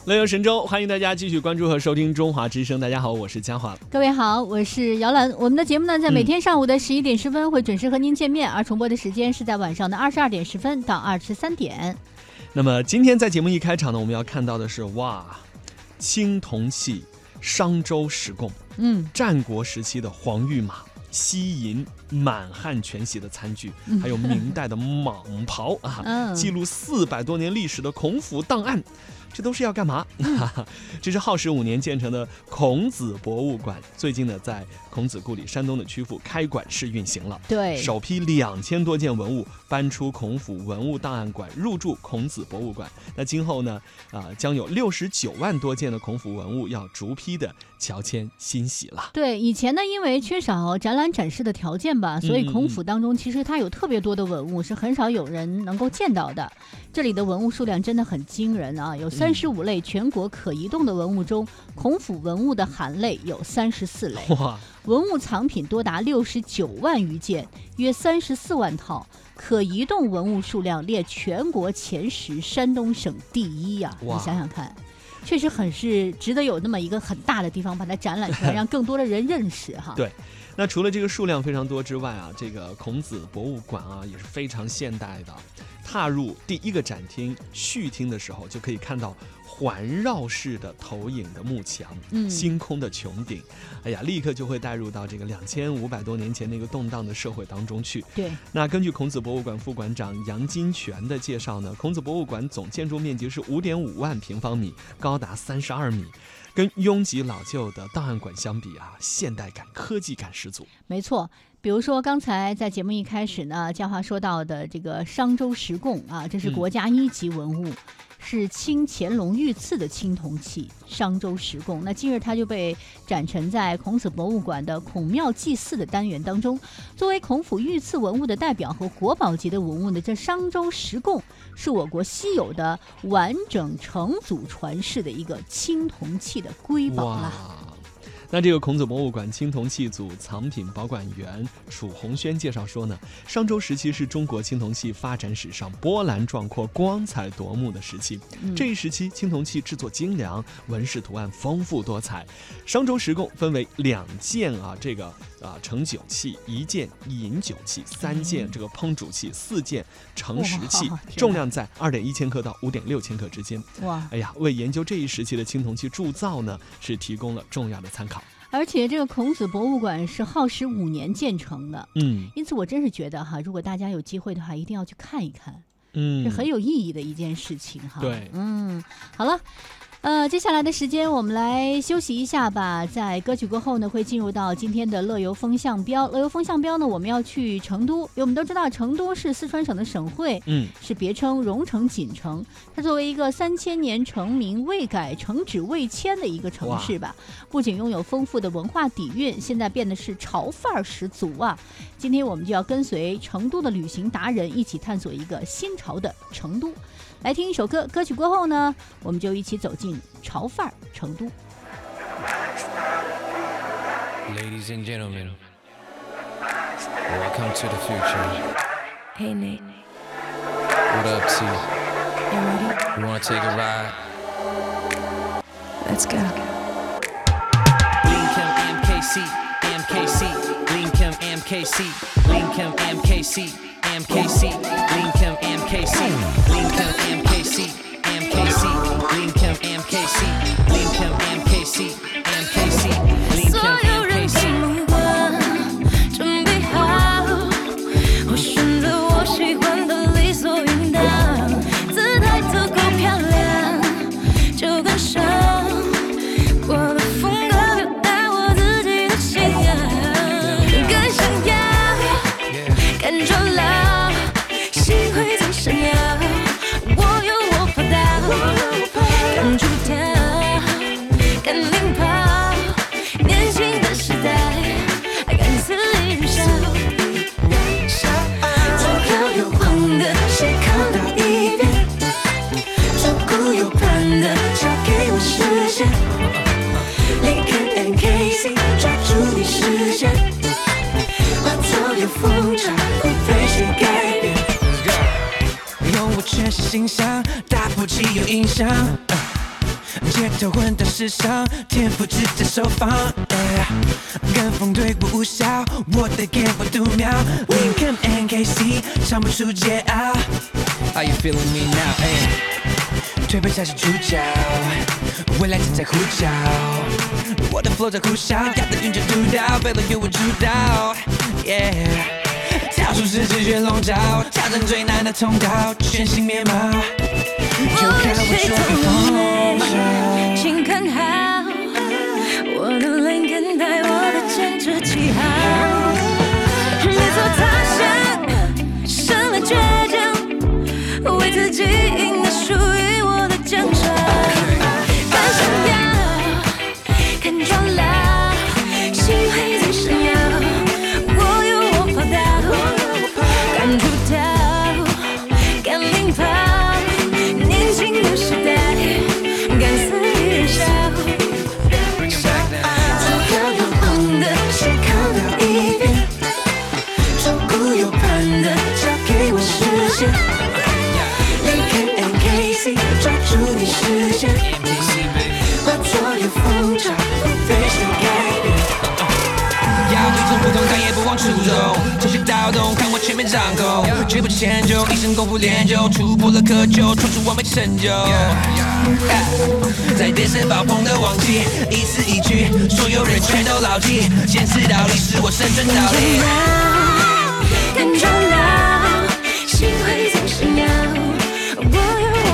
乐游神州，欢迎大家继续关注和收听中华之声。大家好，我是嘉华。 各位好，我是姚兰。我们的节目呢，在每天上午的11点10分会准时和您见面，而重播的时间是在晚上的22点10分到23点。 那么今天在节目一开场呢，我们要看到的是青铜器商周石贡，战国时期的黄玉马、西银满汉全席的餐具，还有明代的蟒袍记录400多年历史的孔府档案。这都是要干嘛？这是耗时5年建成的孔子博物馆，最近呢在孔子故里山东的曲阜开馆试运行了。 对， 首批2000多件文物搬出孔府文物档案馆，入驻孔子博物馆。那今后呢，将有69万多件的孔府文物要逐批的乔迁欣喜了。 对，以前呢因为缺少展览展示的条件吧，所以孔府当中其实它有特别多的文物是很少有人能够见到的。这里的文物数量真的很惊人啊，有35类全国可移动的文物中，孔府文物的含类有34类，文物藏品多达69万余件，约34万套，可移动文物数量列全国前10，山东省第1呀！你想想看，确实很是值得有那么一个很大的地方把它展览出来，让更多的人认识哈。 对。那除了这个数量非常多之外这个孔子博物馆也是非常现代的。踏入第1个展厅序厅的时候，就可以看到环绕式的投影的幕墙，星空的穹顶，立刻就会带入到这个2500多年前那个动荡的社会当中去。 对， 那根据孔子博物馆副馆长杨金泉的介绍呢，孔子博物馆总建筑面积是5.5万平方米，高达32米。跟拥挤老旧的档案馆相比现代感、科技感十足。 没错，比如说刚才在节目一开始呢，嘉华说到的这个商周石贡这是国家1级文物。是清乾隆御赐的青铜器商周石贡，那近日它就被展陈在孔子博物馆的孔庙祭祀的单元当中。作为孔府御赐文物的代表和国宝级的文物呢，这商周石贡是我国稀有的完整成组传世的一个青铜器的瑰宝了。 那这个孔子博物馆青铜器组藏品保管员楚红轩介绍说呢，商周时期是中国青铜器发展史上波澜壮阔、光彩夺目的时期。这一时期青铜器制作精良，纹饰图案丰富多彩。商周石贡分为2件盛酒器，1件饮酒器，3件这个烹煮器，4件盛食器，重量在2.1千克到5.6千克之间。为研究这一时期的青铜器铸造呢，是提供了重要的参考。 而且这个孔子博物馆是耗时5年建成的，因此我真是觉得如果大家有机会的话，一定要去看一看，是很有意义的一件事情哈。 对， 好了。接下来的时间我们来休息一下吧，在歌曲过后呢，会进入到今天的乐游风向标。乐游风向标呢，我们要去成都，因为我们都知道成都是四川省的省会，是别称蓉城锦城。它作为一个3000年成名未改城址未迁的一个城市吧，不仅拥有丰富的文化底蕴，现在变得是潮范儿十足啊。今天我们就要跟随成都的旅行达人一起探索一个新潮的成都。来听一首歌，歌曲过后呢，我们就一起走进潮范儿成都。 Ladies and gentlemen, welcome to the future. Hey Nate, What up, T? you ready? You wanna take a ride? Let's go. Lincoln MKC, MKC, Lincoln MKC, Lincoln MKC, MKC, Lincoln MKC, Lincoln MKC, MKC, Lincoln MKC, Lincoln MKC, MKC, Lincoln MKC。 准备好，我选择我喜欢的理所应当，姿态足够漂亮，就跟上我的风格，表达我自己的信仰，更想要感受到心会怎闪耀，我有我跑道，敢出跳，敢领跑，年轻的时代，敢肆意燃烧。左靠右晃的，谁靠到一边？左顾右盼的，交给我实现。Lincoln MKC， 抓住你视线，化作有风潮，不被谁改变。用我全新形象，打破既有印象。 街头混到时尚，天赋直接收放。跟风对我无效，我得给我读秒。Lincoln MKC 唱不出桀骜。Are you feeling me now？推背才是主角，未来正在呼叫。我的 flow 在呼啸，压得云就独到，背了由我主导。Yeah， 跳出视觉笼罩，挑战最难的通道，全新面貌。 无论谁多美，请看好，我的Lincoln带我的坚持旗号。别走他乡，生了倔强，为自己赢得属于我的奖赏。敢想要，敢装老，心会最闪耀。我有我跑道，敢出逃，敢领跑。年轻的时代，敢肆意笑。左摇右晃的，谁看到一遍？左顾右盼的，交给我实现。Lincoln MKC， 抓住你视线，把左右风潮不被谁改变。要与众不同，但也不忘初衷。这些骚动，看我全面掌控，绝不迁就，一身功夫练就，突破了窠臼，创出完美成就。在电视爆棚的旺季，一字一句，所有人全都牢记，坚持到底是我生存道理。敢装老，心会总闪耀，我有